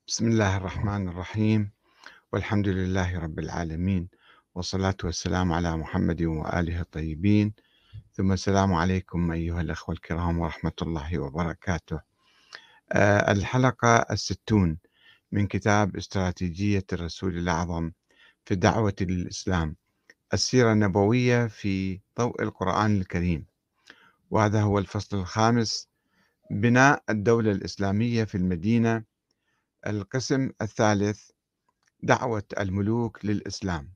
بسم الله الرحمن الرحيم، والحمد لله رب العالمين، والصلاة والسلام على محمد وآله الطيبين، ثم السلام عليكم أيها الأخوة الكرام ورحمة الله وبركاته. الحلقة 60 من كتاب استراتيجية الرسول الأعظم في الدعوة للإسلام، السيرة النبوية في ضوء القرآن الكريم، وهذا هو الفصل الخامس: بناء الدولة الإسلامية في المدينة، القسم الثالث: دعوة الملوك للإسلام.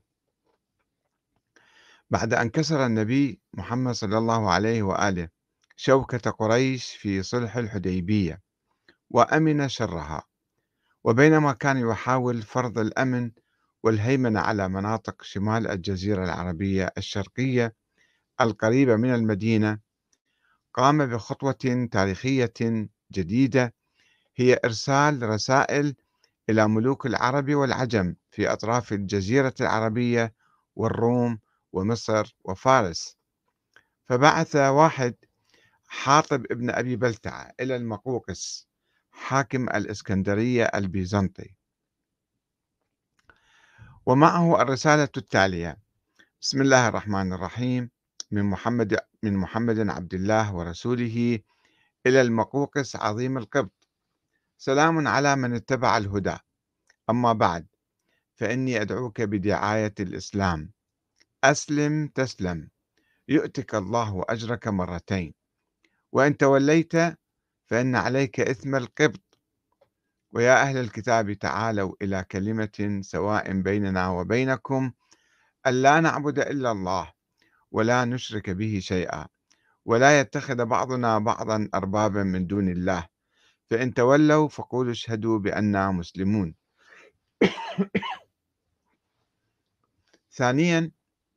بعد أن كسر النبي محمد صلى الله عليه وآله شوكة قريش في صلح الحديبية وأمن شرها، وبينما كان يحاول فرض الأمن والهيمنة على مناطق شمال الجزيرة العربية الشرقية القريبة من المدينة، قام بخطوة تاريخية جديدة، هي إرسال رسائل إلى ملوك العرب والعجم في أطراف الجزيرة العربية والروم ومصر وفارس. فبعث واحد حاطب ابن أبي بلتعة إلى المقوقس حاكم الإسكندرية البيزنطي، ومعه الرسالة التالية: بسم الله الرحمن الرحيم، من محمد عبد الله ورسوله إلى المقوقس عظيم القبط، سلام على من اتبع الهدى، أما بعد، فإني أدعوك بدعاية الإسلام، أسلم تسلم، يؤتك الله أجرك مرتين، وإن توليت فإن عليك إثم القبط. ويا أهل الكتاب تعالوا إلى كلمة سواء بيننا وبينكم ألا نعبد إلا الله ولا نشرك به شيئا ولا يتخذ بعضنا بعضا أربابا من دون الله، فإن تولوا فقولوا اشهدوا بأننا مسلمون. ثانيا،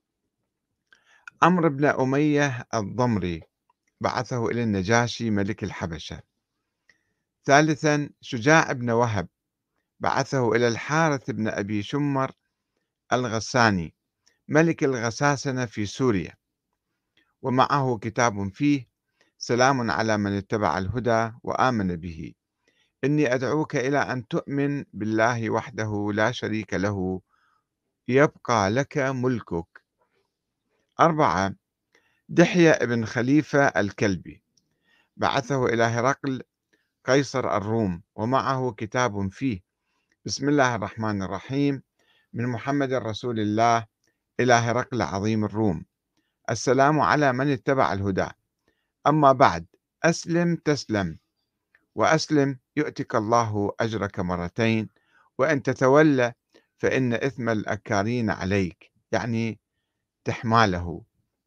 عمرو بن أمية الضمري بعثه إلى النجاشي ملك الحبشة. ثالثا، شجاع بن وهب بعثه إلى الحارث بن أبي شمر الغساني ملك الغساسنة في سوريا، ومعه كتاب فيه: سلام على من اتبع الهدى وآمن به، إني أدعوك إلى أن تؤمن بالله وحده لا شريك له، يبقى لك ملكك. 4، دحية بن خليفة الكلبي بعثه إلى هرقل قيصر الروم، ومعه كتاب فيه: بسم الله الرحمن الرحيم، من محمد رسول الله إلى هرقل عظيم الروم، السلام على من اتبع الهدى، أما بعد، أسلم تسلم، وأسلم يؤتك الله أجرك مرتين، وإن تتولى فإن إثم الأكارين عليك، يعني تحماله.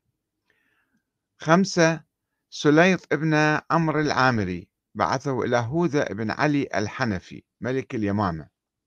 5، سليط ابن عمرو العامري بعثه إلى هوذا بن علي الحنفي ملك اليمامة،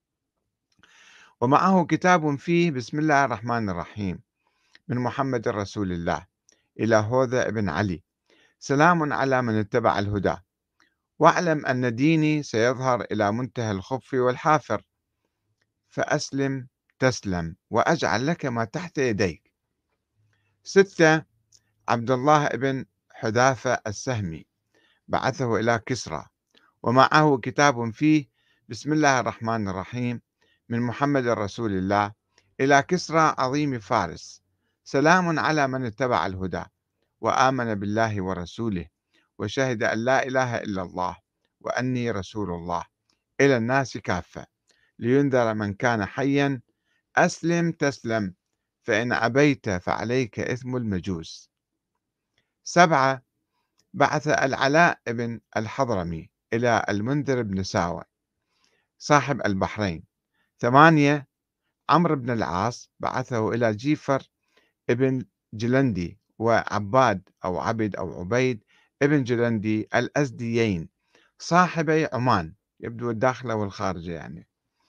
ومعه كتاب فيه: بسم الله الرحمن الرحيم، من محمد رسول الله إلى هوذا بن علي، سلام على من اتبع الهدى، واعلم أن ديني سيظهر إلى منتهى الخف والحافر، فأسلم تسلم وأجعل لك ما تحت يديك. 6، عبد الله بن حذافة السهمي بعثه إلى كسرى، ومعه كتاب فيه: بسم الله الرحمن الرحيم، من محمد رسول الله إلى كسرى عظيم فارس، سلام على من اتبع الهدى وآمن بالله ورسوله وشهد أن لا إله إلا الله وأني رسول الله إلى الناس كافة، لينذر من كان حيا، أسلم تسلم، فإن أبيت فعليك إثم المجوس. 7، بعث العلاء بن الحضرمي إلى المنذر بن ساوى صاحب البحرين. 8، عمرو بن العاص بعثه إلى جيفر ابن جلندي وعباد أو عبد أو عبيد ابن جلندي الأزديين صاحبي عمان، يبدو الداخلة والخارجة يعني.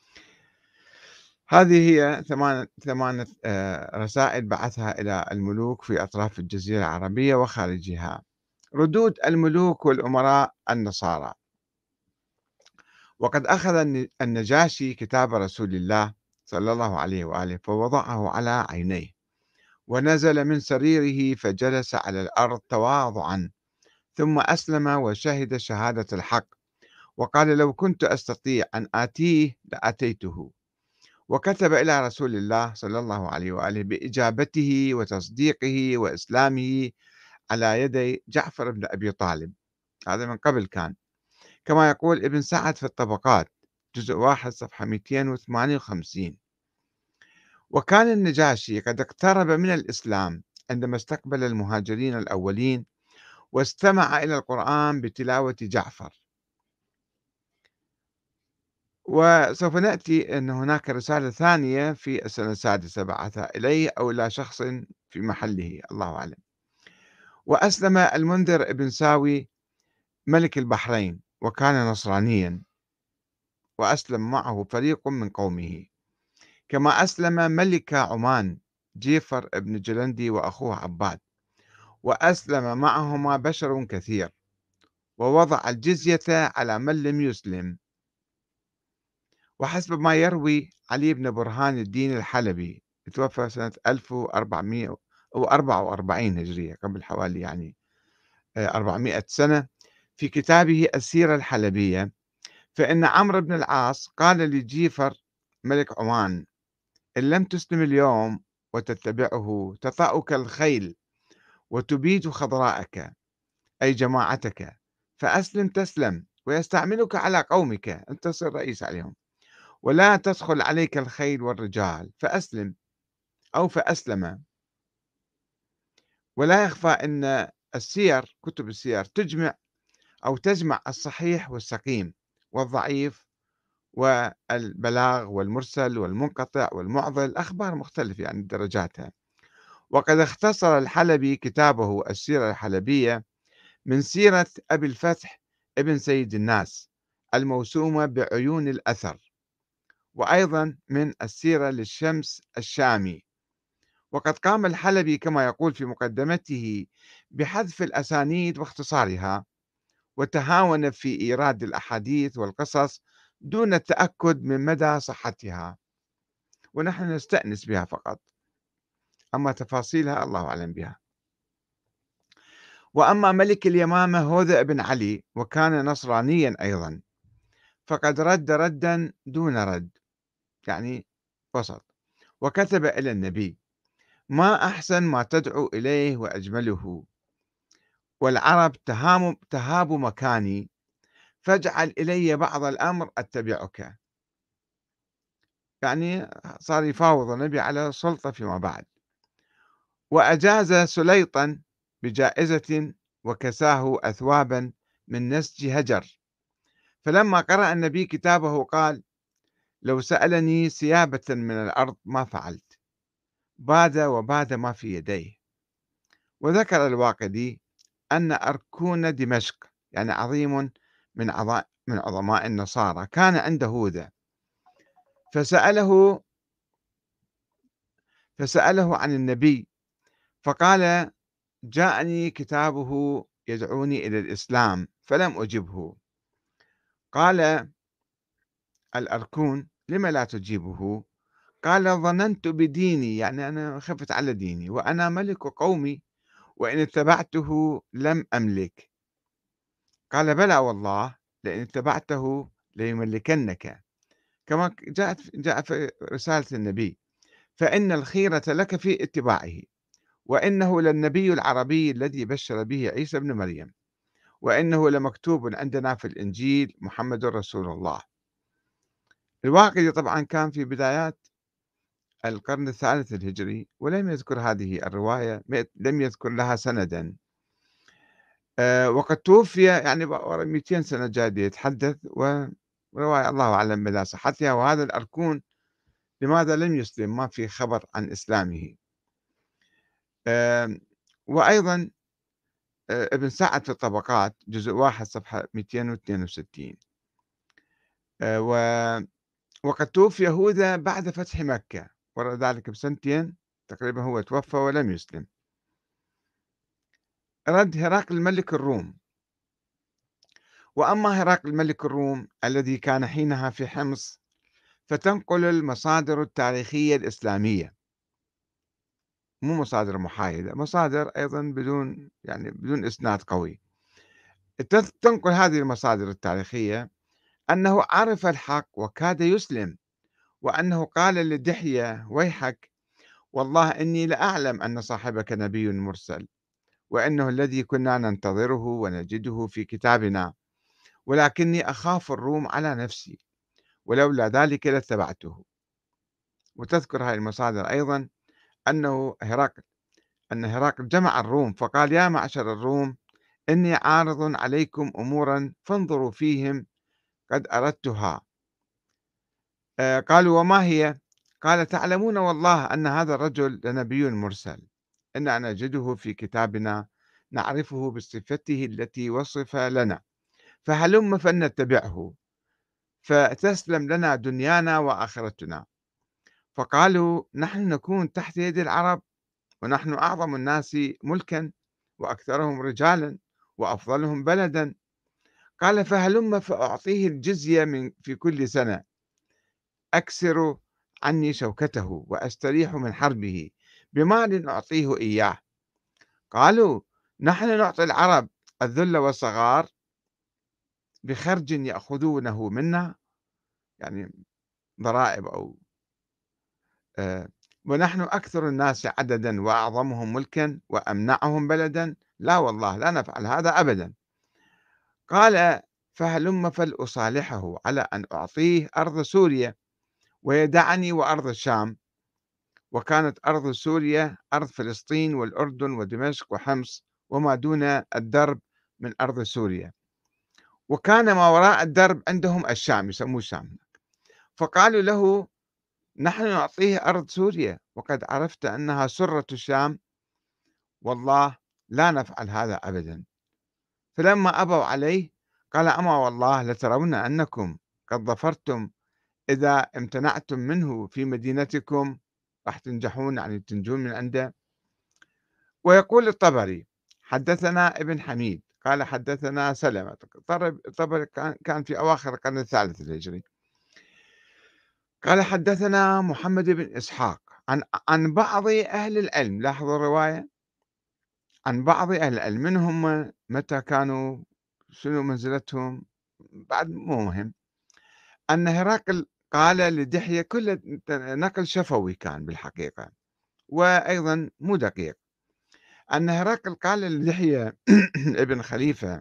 هذه هي ثمان رسائل بعثها إلى الملوك في أطراف الجزيرة العربية وخارجها. ردود الملوك والأمراء النصارى. وقد أخذ النجاشي كتاب رسول الله صلى الله عليه وآله فوضعه على عينيه، ونزل من سريره فجلس على الأرض تواضعا، ثم أسلم وشهد شهادة الحق، وقال: لو كنت أستطيع أن آتيه لأتيته. وكتب إلى رسول الله صلى الله عليه وآله بإجابته وتصديقه وإسلامه على يدي جعفر بن أبي طالب. هذا من قبل كان، كما يقول ابن سعد في الطبقات جزء 1 صفحة 258. وكان النجاشي قد اقترب من الإسلام عندما استقبل المهاجرين الأولين واستمع إلى القرآن بتلاوة جعفر. وسوف نأتي أن هناك رسالة ثانية في السنة السادسة بعثها إليه أو إلى شخص في محله، الله أعلم. وأسلم المنذر بن ساوي ملك البحرين وكان نصرانيا، وأسلم معه فريق من قومه، كما أسلم ملك عمان جيفر بن جلندي وأخوه عباد، وأسلم معهما بشر كثير، ووضع الجزية على من لم يسلم. وحسب ما يروي علي بن برهان الدين الحلبي، توفى سنة 1444 هجرية، قبل حوالي 400 سنة، في كتابه السيرة الحلبية، فإن عمرو بن العاص قال لجيفر ملك عمان: إن لم تسلم اليوم وتتبعه تطأك الخيل وتبيد خضراءك، أي جماعتك، فأسلم تسلم، ويستعملك على قومك، أنت تصير رئيس عليهم، ولا تدخل عليك الخيل والرجال، فأسلم أو فأسلم. ولا يخفى أن السير، كتب السير، تجمع الصحيح والسقيم والضعيف والبلاغ والمرسل والمنقطع والمعضل، أخبار مختلفة درجاتها. وقد اختصر الحلبي كتابه السيرة الحلبية من سيرة أبي الفتح ابن سيد الناس الموسومة بعيون الأثر، وأيضا من السيرة للشمس الشامي. وقد قام الحلبي كما يقول في مقدمته بحذف الأسانيد واختصارها، وتهاون في إيراد الأحاديث والقصص دون التأكد من مدى صحتها، ونحن نستأنس بها فقط، أما تفاصيلها الله أعلم بها. وأما ملك اليمامة هوذا بن علي، وكان نصرانيا أيضا، فقد رد ردا دون رد، يعني وسط، وكتب إلى النبي: ما أحسن ما تدعو إليه وأجمله، والعرب تهاب مكاني، فاجعل إلي بعض الأمر أتبعك. يعني صار يفاوض النبي على السلطة فيما بعد. وأجاز سليطا بجائزة وكساه أثوابا من نسج هجر. فلما قرأ النبي كتابه قال: لو سألني سيابة من الأرض ما فعلت، باد وباد ما في يديه. وذكر الواقدي أن أركون دمشق، يعني عظيم من عظماء النصارى، كان عند هوذا، فسأله عن النبي، فقال: جاءني كتابه يدعوني إلى الإسلام فلم أجبه. قال الأركون: لم لا تجيبه؟ قال: ظننت بديني، يعني أنا خفت على ديني، وأنا ملك قومي، وإن اتبعته لم أملك. قال: بلى والله، لئن اتبعته ليملكنك، كما جاء في رسالة النبي: فإن الخيرة لك في اتباعه، وإنه للنبي العربي الذي بشر به عيسى ابن مريم، وإنه لمكتوب عندنا في الإنجيل محمد رسول الله. الواقدي طبعا كان في بدايات القرن الثالث الهجري، ولم يذكر هذه الرواية، لم يذكر لها سندا. وقد توفي يعني 200 سنة جاد يتحدث، ورواية الله أعلم مدى صحتها. وهذا الأركون لماذا لم يسلم؟ ما في خبر عن إسلامه. وأيضا ابن سعد في الطبقات جزء 1 صفحة 262. وقد توفي يهوذا بعد فتح مكة، وراء ذلك بسنتين تقريبا هو توفى ولم يسلم. رد هرقل ملك الروم. وأما هرقل ملك الروم الذي كان حينها في حمص، فتنقل المصادر التاريخية الإسلامية، مو مصادر محايدة، مصادر أيضا بدون إسناد قوي، تنقل هذه المصادر التاريخية أنه عرف الحق وكاد يسلم، وأنه قال لدحية: ويحك، والله إني لأعلم أن صاحبك نبي مرسل، وإنه الذي كنا ننتظره ونجده في كتابنا، ولكني أخاف الروم على نفسي، ولولا ذلك لاتبعته. وتذكر هذه المصادر أيضا أن هرقل جمع الروم فقال: يا معشر الروم، إني عارض عليكم أمورا فانظروا فيهم، قد أردتها. قالوا: وما هي؟ قال: تعلمون والله أن هذا الرجل لنبي مرسل، إنا نجده في كتابنا، نعرفه بصفته التي وصف لنا، فهلم فلنتبعه، فتسلم لنا دنيانا وآخرتنا. فقالوا: نحن نكون تحت يد العرب، ونحن أعظم الناس ملكا، وأكثرهم رجالا، وأفضلهم بلدا. قال: فهلم فأعطيه الجزية في كل سنة، أكسر عني شوكته وأستريح من حربه بمال أعطيه إياه. قالوا: نحن نعطي العرب الذل والصغار بخرج يأخذونه منا، يعني ضرائب أو آه، ونحن أكثر الناس عددا وأعظمهم ملكا وأمنعهم بلدا، لا والله لا نفعل هذا أبدا. قال: فهلم فلأصالحه على أن أعطيه أرض سوريا ويدعني وأرض الشام. وكانت أرض سوريا أرض فلسطين والأردن ودمشق وحمص وما دون الدرب من أرض سوريا، وكان ما وراء الدرب عندهم الشام، يسموه الشام. فقالوا له: نحن نعطيه أرض سوريا، وقد عرفت أنها سرة الشام، والله لا نفعل هذا أبدا. فلما أبوا عليه قال: أما والله لترون أنكم قد ظفرتم إذا امتنعتم منه في مدينتكم، راح تنجحون، يعني تنجون من عنده. ويقول الطبري: حدثنا ابن حميد قال حدثنا سلمة. الطبري كان في أواخر القرن الثالث الهجري. قال: حدثنا محمد بن إسحاق عن بعض أهل العلم، لاحظوا الرواية، عن بعض أهل العلم، من هم، متى كانوا، شنو منزلتهم، بعد مو مهم، أن هرقل قال لدحية، كل نقل شفوي كان بالحقيقة، وأيضا مو دقيق، أن هرقل قال لدحية ابن خليفة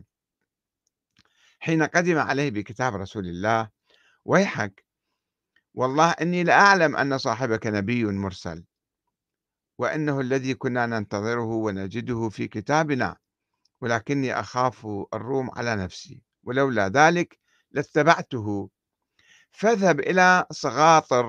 حين قدم عليه بكتاب رسول الله: ويحك، والله إني لأعلم أن صاحبك نبي مرسل، وإنه الذي كنا ننتظره ونجده في كتابنا، ولكني أخاف الروم على نفسي، ولولا ذلك لاتبعته. فاذهب إلى صغاطر،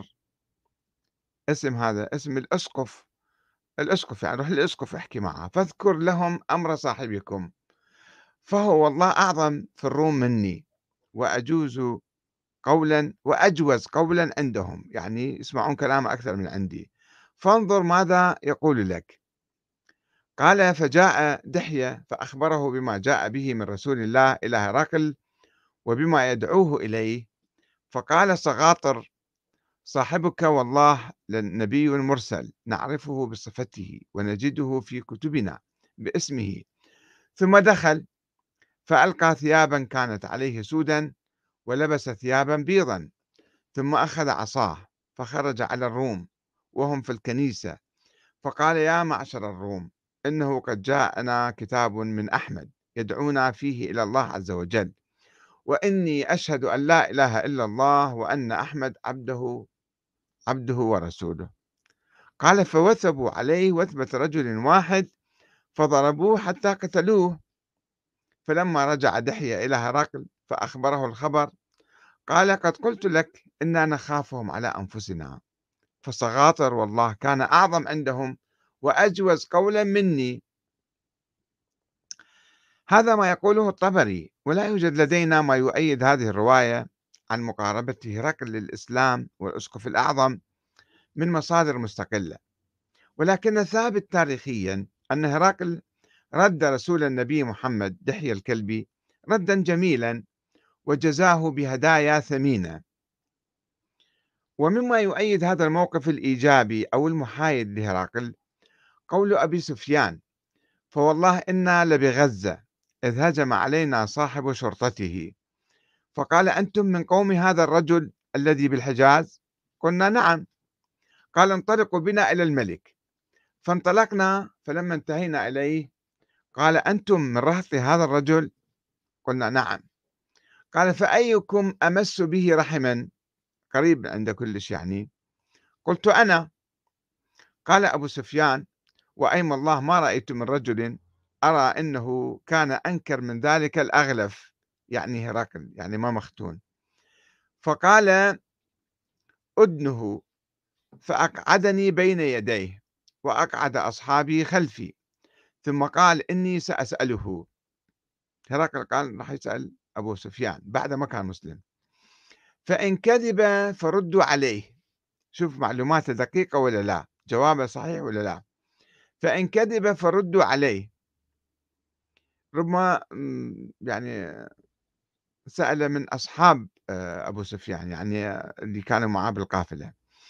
هذا اسم الأسقف، يعني روح للأسقف احكي معه، فاذكر لهم أمر صاحبكم، فهو والله أعظم في الروم مني، وأجوز قولا وأجوز قولا عندهم، يعني يسمعون كلام أكثر من عندي، فانظر ماذا يقول لك. قال: فجاء دحية فأخبره بما جاء به من رسول الله إلى هرقل وبما يدعوه إليه. فقال صغاطر: صاحبك والله لنبي مرسل، نعرفه بصفته ونجده في كتبنا باسمه. ثم دخل فألقى ثيابا كانت عليه سودا، ولبس ثيابا بيضا، ثم أخذ عصاه فخرج على الروم وهم في الكنيسة، فقال: يا معشر الروم، إنه قد جاءنا كتاب من أحمد يدعونا فيه إلى الله عز وجل، وإني أشهد أن لا إله إلا الله وأن أحمد عبده ورسوله. قال: فوثبوا عليه وثبة رجل واحد فضربوه حتى قتلوه. فلما رجع دحية إلى هرقل فأخبره الخبر، قال: قد قلت لك إنا نخافهم على أنفسنا. فصغاطر والله كان أعظم عندهم وأجوز قولا مني. هذا ما يقوله الطبري، ولا يوجد لدينا ما يؤيد هذه الرواية عن مقاربة هرقل للإسلام والأسقف الأعظم من مصادر مستقلة. ولكن الثابت تاريخيا أن هرقل رد رسول النبي محمد دحية الكلبي ردا جميلا، وجزاه بهدايا ثمينة. ومما يؤيد هذا الموقف الإيجابي أو المحايد لهرقل قول أبي سفيان: فوالله إنا لبغزة إذ هجم علينا صاحب شرطته، فقال: أنتم من قوم هذا الرجل الذي بالحجاز؟ قلنا: نعم. قال: انطلقوا بنا إلى الملك. فانطلقنا، فلما انتهينا إليه قال: أنتم من رهط هذا الرجل؟ قلنا: نعم. قال: فأيكم أمس به رحما، قريب عند كلش يعني؟ قلت: أنا. قال أبو سفيان: وأيم الله ما رأيت من رجل أرى أنه كان أنكر من ذلك الأغلف، يعني هرقل، يعني ما مختون. فقال: أدنه. فأقعدني بين يديه وأقعد أصحابي خلفي، ثم قال: إني سأسأله. هرقل قال راح يسأل أبو سفيان بعد ما كان مسلم. فإن كذب فردوا عليه. شوف معلوماته دقيقة ولا لا، جوابه صحيح ولا لا. فإن كذب فردوا عليه. ربما يعني سأل من أصحاب أبو سفيان، يعني اللي كانوا معه بالقافلة.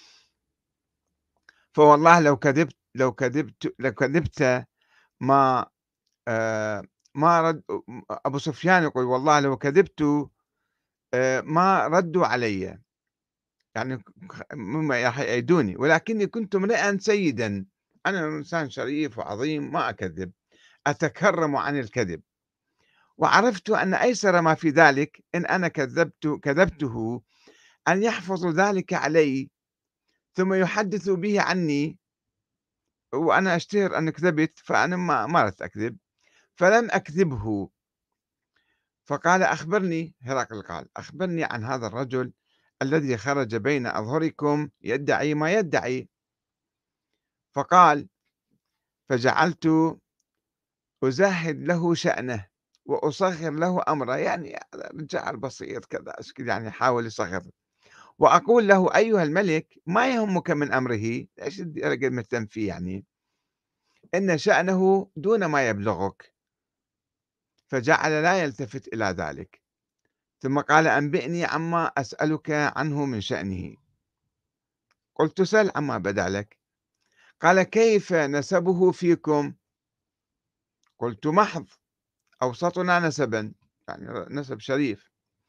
فوالله لو كذبت ما ما رد. أبو سفيان يقول: والله لو كذبت ما ردوا علي، يعني مما راح يأيدوني، ولكني كنت امرئا سيدا، أنا إنسان شريف وعظيم ما أكذب، أتكرم عن الكذب. وعرفت أن أيسر ما في ذلك إن أنا كذبته أن يحفظ ذلك علي ثم يحدث به عني، وأنا أشتهر أن كذبت، فأنا ما أردت أكذب فلم أكذبه. فقال: أخبرني. هرقل قال: أخبرني عن هذا الرجل الذي خرج بين أظهركم يدعي ما يدعي. فقال: فجعلت أزهد له شأنه وأصغر له أمره، يعني رجال بسيط كذا يعني يحاول يصغر. وأقول له: أيها الملك ما يهمك من أمره، إيش الرجل مهتم فيه يعني، إن شأنه دون ما يبلغك. فجعل لا يلتفت إلى ذلك، ثم قال: أنبئني عما أسألك عنه من شأنه. قلت: سل عما بدا لك. قال: كيف نسبه فيكم؟ قلت: محض، أوسطنا نسبا، يعني نسب شريف.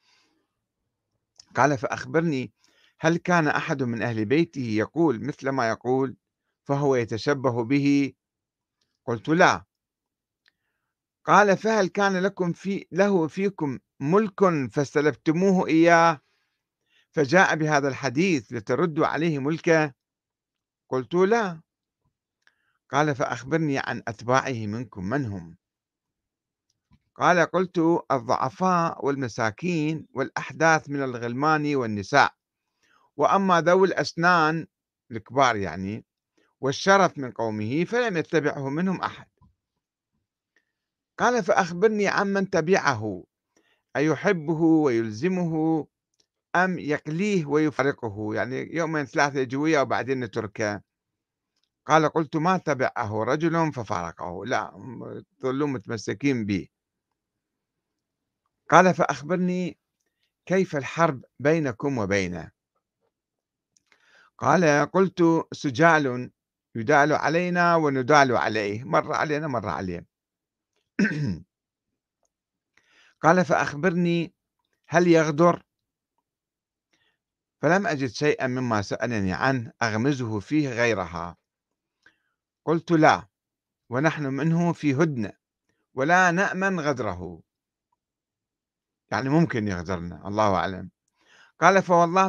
قال: فأخبرني، هل كان أحد من أهل بيته يقول مثل ما يقول فهو يتشبه به؟ قلت: لا. قال: فهل كان لكم له فيكم ملك فاستلفتموه إياه فجاء بهذا الحديث لتردوا عليه ملكه؟ قلت: لا. قال: فأخبرني عن أتباعه منكم من هم؟ قال: قلت: الضعفاء والمساكين والأحداث من الغلمان والنساء، وأما ذوي الأسنان الكبار يعني والشرف من قومه فلم يتبعه منهم أحد. قال: فأخبرني عمن تبعه، أيحبه ويلزمه أم يقليه ويفارقه، يعني يومين ثلاثة يجي وياه وبعدين نتركه؟ قال: قلت: ما تبعه رجل ففارقه، لا، ظلوا متمسكين به. قال: فأخبرني كيف الحرب بينكم وبينه؟ قال: قلت: سجال يدال علينا وندال عليه، مر علينا مر عليه. قال: فأخبرني هل يغدر؟ فلم أجد شيئا مما سألني عنه أغمزه فيه غيرها. قلت: لا، ونحن منه في هدنة ولا نأمن غدره، يعني ممكن يغدرنا، الله أعلم. قال: فوالله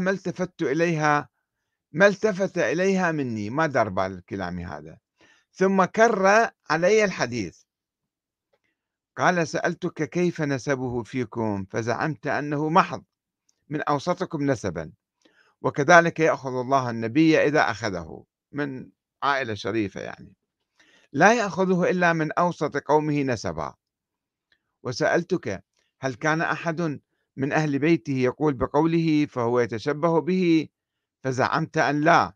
ما التفت إليها مني، ما دار بال كلامي هذا، ثم كر علي الحديث. قال: سألتك كيف نسبه فيكم فزعمت أنه محض من أوسطكم نسبا، وكذلك يأخذ الله النبي إذا أخذه من عائلة شريفة، يعني لا يأخذه إلا من أوسط قومه نسبا. وسألتك هل كان أحد من أهل بيته يقول بقوله فهو يتشبه به، فزعمت أن لا.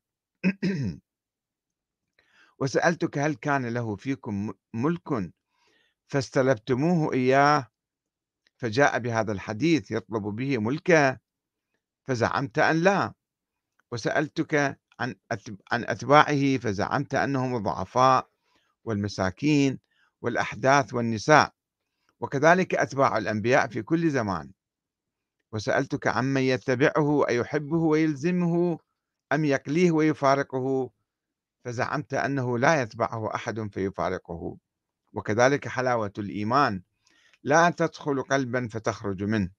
وسألتك هل كان له فيكم ملك فاستلبتموه إياه فجاء بهذا الحديث يطلب به ملكه، فزعمت أن لا. وسألتك عن أتباعه فزعمت أنهم الضعفاء والمساكين والأحداث والنساء، وكذلك أتباع الأنبياء في كل زمان. وسألتك عمن يتبعه أيحبه ويلزمه أم يقليه ويفارقه، فزعمت أنه لا يتبعه أحد فيفارقه، وكذلك حلاوة الإيمان لا تدخل قلبا فتخرج منه.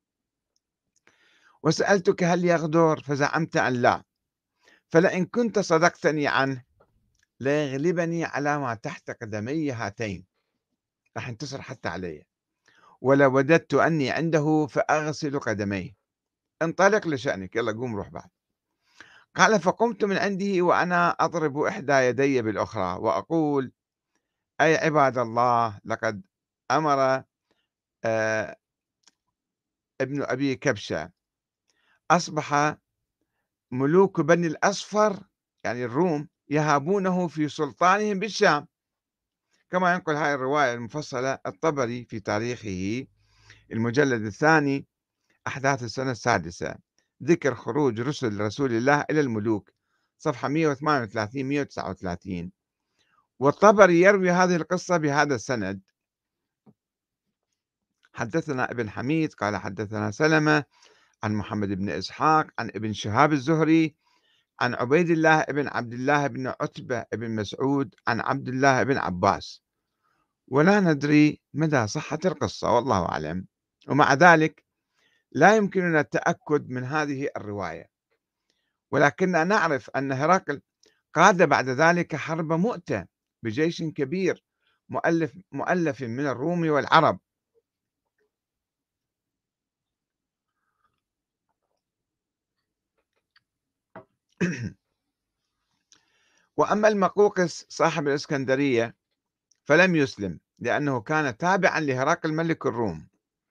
وسألتك هل يغدر، فزعمت أن لا، فلئن كنت صدقتني عنه ليغلبني على ما تحت قدمي هاتين، راح ينتصر حتى علي، ولوددت أني عنده فأغسل قدميه. انطلق لشأنك، يلا قوم روح بعد. قال فقمت من عنده وأنا أضرب إحدى يدي بالأخرى وأقول: أي عباد الله، لقد أمر آه، ابن أبي كبشة أصبح ملوك بني الأصفر، يعني الروم، يهابونه في سلطانهم بالشام، كما ينقل هذه الرواية المفصلة الطبري في تاريخه المجلد الثاني أحداث السنة السادسة، ذكر خروج رسل رسول الله إلى الملوك، صفحة 138 139. والطبري يروي هذه القصة بهذا السند: حدثنا ابن حميد قال حدثنا سلمة عن محمد بن إسحاق عن ابن شهاب الزهري عن عبيد الله بن عبد الله بن عتبة بن مسعود عن عبد الله بن عباس، ولا ندري مدى صحة القصة والله أعلم، ومع ذلك لا يمكننا التأكد من هذه الرواية، ولكننا نعرف أن هرقل قاد بعد ذلك حرب مؤتة بجيش كبير مؤلف من الروم والعرب. وأما المقوقس صاحب الإسكندرية فلم يسلم، لأنه كان تابعا لهرقل ملك الروم،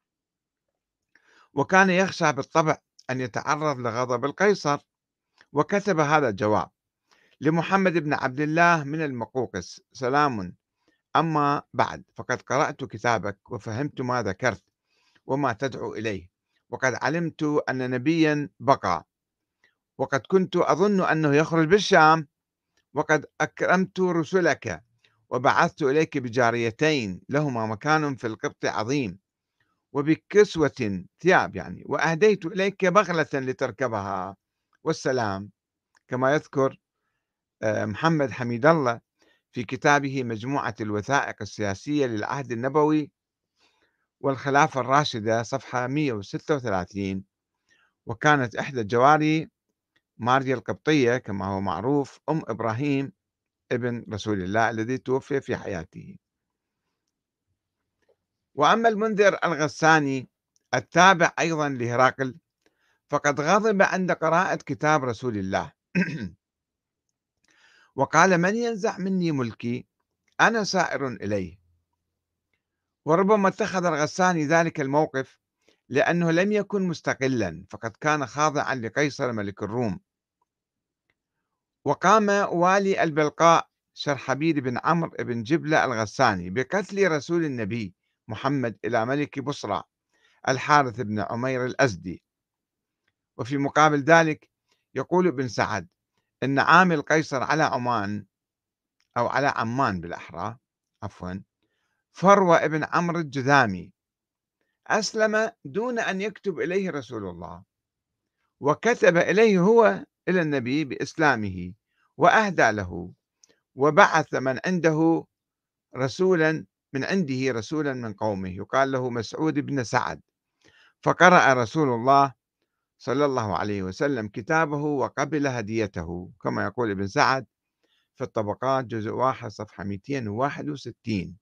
وكان يخشى بالطبع أن يتعرض لغضب القيصر، وكتب هذا الجواب: لمحمد بن عبد الله من المقوقس سلام، أما بعد فقد قرأت كتابك وفهمت ما ذكرت وما تدعو إليه، وقد علمت أن نبيا بقى، وقد كنت أظن أنه يخرج بالشام، وقد أكرمت رسلك وبعثت إليك بجاريتين لهما مكان في القبط عظيم، وبكسوة ثياب يعني، وأهديت إليك بغلة لتركبها، والسلام. كما يذكر محمد حميد الله في كتابه مجموعة الوثائق السياسية للعهد النبوي والخلافة الراشدة، صفحة 136. وكانت إحدى الجواري ماريا القبطية كما هو معروف أم إبراهيم ابن رسول الله الذي توفي في حياته. وأما المنذر الغساني التابع أيضا لهرقل فقد غضب عند قراءة كتاب رسول الله وقال: من ينزع مني ملكي أنا سائر إليه. وربما اتخذ الغساني ذلك الموقف لأنه لم يكن مستقلا، فقد كان خاضعا لقيصر ملك الروم. وقام والي البلقاء شرحبيل بن عمرو بن جبلة الغساني بقتل رسول النبي محمد إلى ملك بصرى الحارث بن عمير الأزدي. وفي مقابل ذلك يقول ابن سعد إن عامل قيصر على عمان أو على عمان بالأحرى عفوا فروة ابن عمرو الجذامي أسلم دون أن يكتب إليه رسول الله، وكتب إليه هو إلى النبي بإسلامه وأهدى له، وبعث من عنده رسولا من عنده رسولا من قومه يقال له مسعود بن سعد، فقرأ رسول الله صلى الله عليه وسلم كتابه وقبل هديته، كما يقول ابن سعد في الطبقات جزء 1 صفحة 261.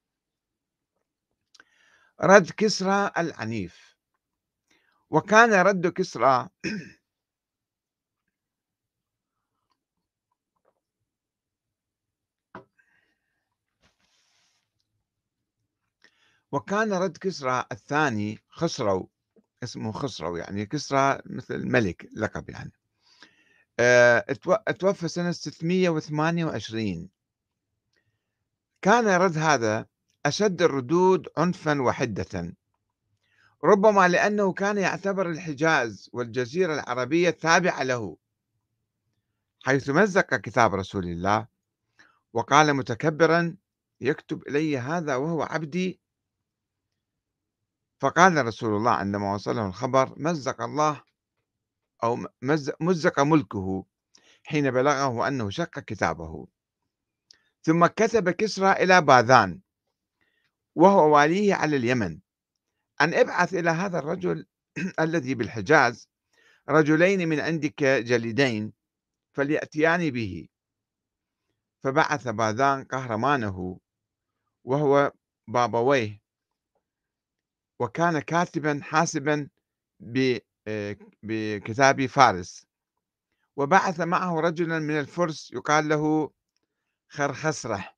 رد كسرى العنيف. وكان رد كسرى وكان رد كسرى الثاني خسرو، اسمه خسرو يعني كسرى مثل الملك لقب يعني، توفى سنة 628. كان رد هذا أشد الردود عنفا وحدة، ربما لأنه كان يعتبر الحجاز والجزيرة العربية تابعة له، حيث مزق كتاب رسول الله وقال متكبرا: يكتب إلي هذا وهو عبدي. فقال رسول الله عندما وصله الخبر: مزق الله أو مزق ملكه حين بلغه أنه شق كتابه. ثم كتب كسرى إلى باذان وهو واليه على اليمن أن ابعث إلى هذا الرجل الذي بالحجاز رجلين من عندك جليدين فليأتيان به. فبعث باذان قهرمانه وهو بابويه، وكان كاتبا حاسبا بكتاب فارس، وبعث معه رجلا من الفرس يقال له خرخسرة،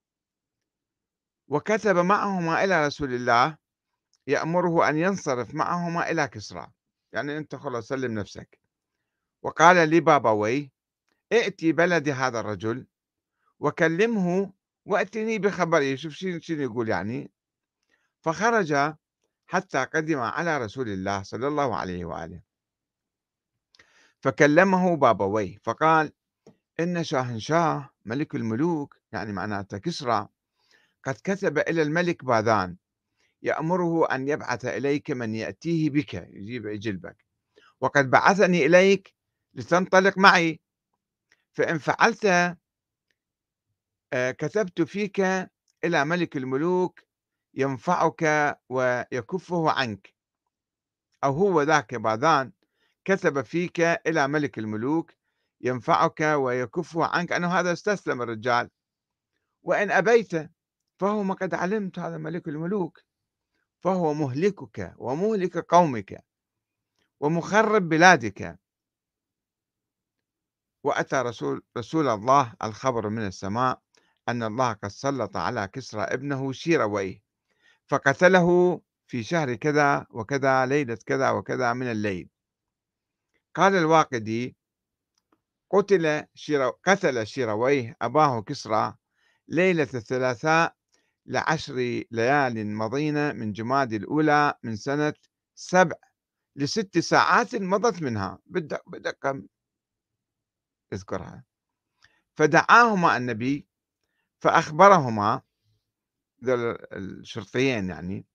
وكتب معهما إلى رسول الله يأمره أن ينصرف معهما إلى كسرى، يعني أنت خلاص سلم نفسك. وقال لبابويه: ائتي بلد هذا الرجل وكلمه وأتني بخبره. شوف شنو يقول يعني. فخرج حتى قدم على رسول الله صلى الله عليه وآله، فكلمه بابويه فقال: إن شاهنشاه ملك الملوك، يعني معناته كسرى، قد كتب إلى الملك باذان يأمره أن يبعث إليك من يأتيه بك، يجيب يجلبك، وقد بعثني إليك لتنطلق معي، فإن فعلت كتبت فيك إلى ملك الملوك ينفعك ويكفه عنك. أو هو ذاك باذان كتب فيك إلى ملك الملوك ينفعك ويكفه عنك، أنه هذا استسلم الرجال. وإن أبيت فهو ما قد علمت هذا ملك الملوك، فهو مهلكك ومهلك قومك ومخرب بلادك. وأتى رسول الله الخبر من السماء أن الله قد سلط على كسرى ابنه شيرويه فقتله في شهر كذا وكذا ليلة كذا وكذا من الليل. قال الواقدي: قتل شيرويه أباه كسرى ليلة 13 ليال مضين من جمادى الأولى من سنة 7 ل6 ساعات مضت منها، بدقة اذكرها. فدعاهما النبي فأخبرهما، ذول الشرطيين يعني،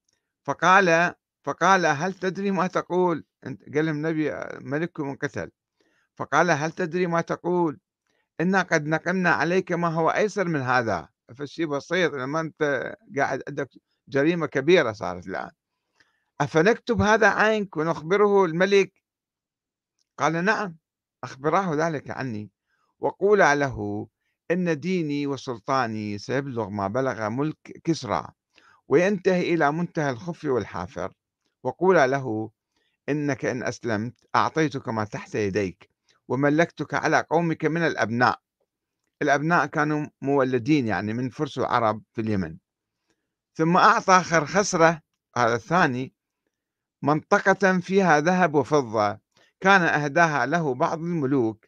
فقال: هل تدري ما تقول؟ قال لهم النبي: ملككم انقتل. فقال: هل تدري ما تقول؟ إنا قد نقمنا عليك ما هو أيسر من هذا. فالشيء بسيط لما أنت قاعد عندك جريمة كبيرة صارت الآن، أفنكتب هذا عنك ونخبره الملك؟ قال: نعم، أخبراه ذلك عني، وقولا له إن ديني وسلطاني سيبلغ ما بلغ ملك كسرى وينتهي إلى منتهى الخف والحافر، وقولا له إنك إن أسلمت أعطيتك ما تحت يديك وملكتك على قومك من الأبناء. الأبناء كانوا مولدين يعني من فرس وعرب في اليمن. ثم أعطى خرخسرة هذا الثاني منطقة فيها ذهب وفضة كان أهداها له بعض الملوك.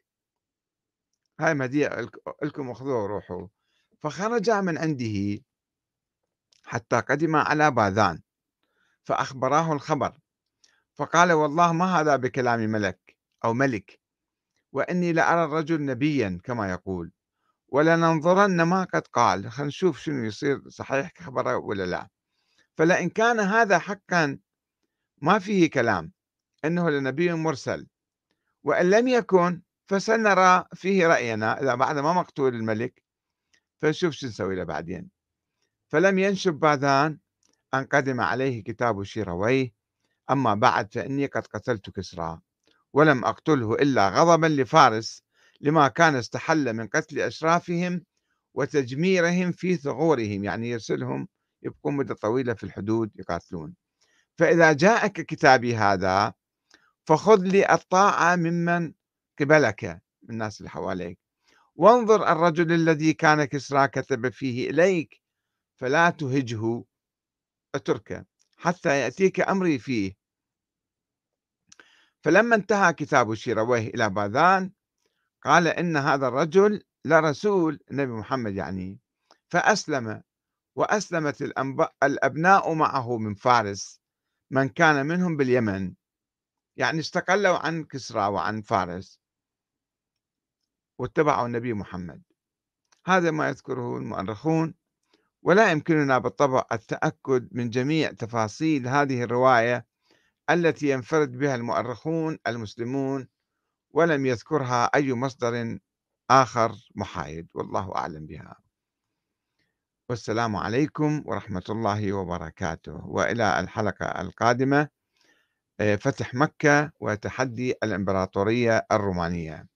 هاي مهدية لكم، أخذوه وروحوا. فخرج من عنده حتى قدم على باذان فأخبراه الخبر، فقال: والله ما هذا بكلام ملك أو ملك، وإني لأرى الرجل نبيا كما يقول، ولننظرن ما قد قال. خلينا نشوف شنو يصير، صحيح خبره ولا لا. فلئن كان هذا حقا ما فيه كلام إنه لنبي مرسل، وإن لم يكن فسنرى فيه رأينا إذا بعد ما مقتول الملك، فنشوف شو نسوي له بعدين. فلم ينشب باذان أن قدم عليه كتاب شيرويه: أما بعد فإني قد قتلت كسرى ولم أقتله إلا غضبا لفارس لما كان استحل من قتل أشرافهم وتجميرهم في ثغورهم، يعني يرسلهم يبقون مدة طويلة في الحدود يقاتلون. فإذا جاءك كتابي هذا فخذ لي الطاعة ممن قبلك من الناس اللي حواليك، وانظر الرجل الذي كان كسرى كتب فيه إليك فلا تهجه، اتركه حتى يأتيك أمري فيه. فلما انتهى كتاب شيرويه إلى باذان قال: إن هذا الرجل لرسول النبي محمد يعني. فأسلم، وأسلمت الأبناء معه من فارس من كان منهم باليمن، يعني استقلوا عن كسرى وعن فارس واتبعوا النبي محمد. هذا ما يذكره المؤرخون، ولا يمكننا بالطبع التأكد من جميع تفاصيل هذه الرواية التي ينفرد بها المؤرخون المسلمون، ولم يذكرها أي مصدر آخر محايد، والله أعلم بها. والسلام عليكم ورحمة الله وبركاته، وإلى الحلقة القادمة، فتح مكة وتحدي الإمبراطورية الرومانية.